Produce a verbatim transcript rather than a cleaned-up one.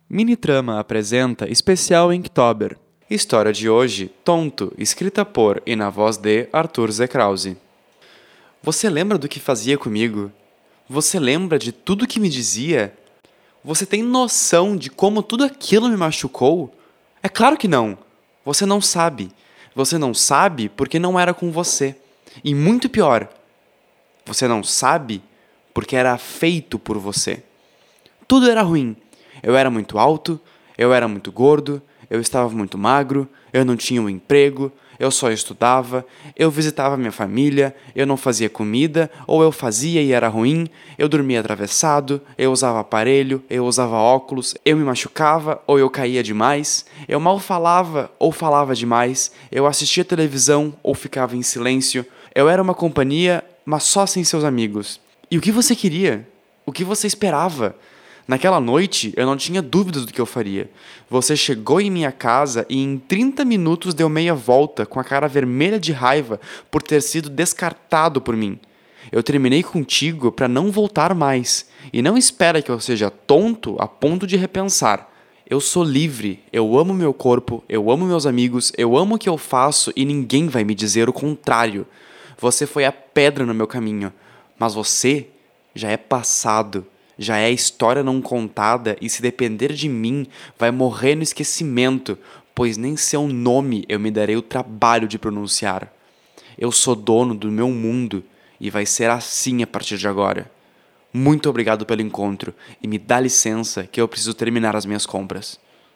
Minitrama apresenta especial Inktober. História de hoje, Tonto, escrita por e na voz de Arthur Z. Krause. Você lembra do que fazia comigo? Você lembra de tudo que me dizia? Você tem noção de como tudo aquilo me machucou? É claro que não. Você não sabe. Você não sabe porque não era com você. E muito pior, você não sabe porque era feito por você. Tudo era ruim. Eu era muito alto, eu era muito gordo, eu estava muito magro, eu não tinha um emprego, eu só estudava, eu visitava minha família, eu não fazia comida, ou eu fazia e era ruim, eu dormia atravessado, eu usava aparelho, eu usava óculos, eu me machucava ou eu caía demais, eu mal falava ou falava demais, eu assistia televisão ou ficava em silêncio, eu era uma companhia, mas só sem seus amigos. E o que você queria? O que você esperava? Naquela noite, eu não tinha dúvidas do que eu faria. Você chegou em minha casa e em trinta minutos deu meia volta, com a cara vermelha de raiva por ter sido descartado por mim. Eu terminei contigo para não voltar mais. E não espera que eu seja tonto a ponto de repensar. Eu sou livre, eu amo meu corpo, eu amo meus amigos, eu amo o que eu faço e ninguém vai me dizer o contrário. Você foi a pedra no meu caminho, mas você já é passado. Já é história não contada e, se depender de mim, vai morrer no esquecimento, pois nem seu nome eu me darei o trabalho de pronunciar. Eu sou dono do meu mundo e vai ser assim a partir de agora. Muito obrigado pelo encontro e me dá licença que eu preciso terminar as minhas compras.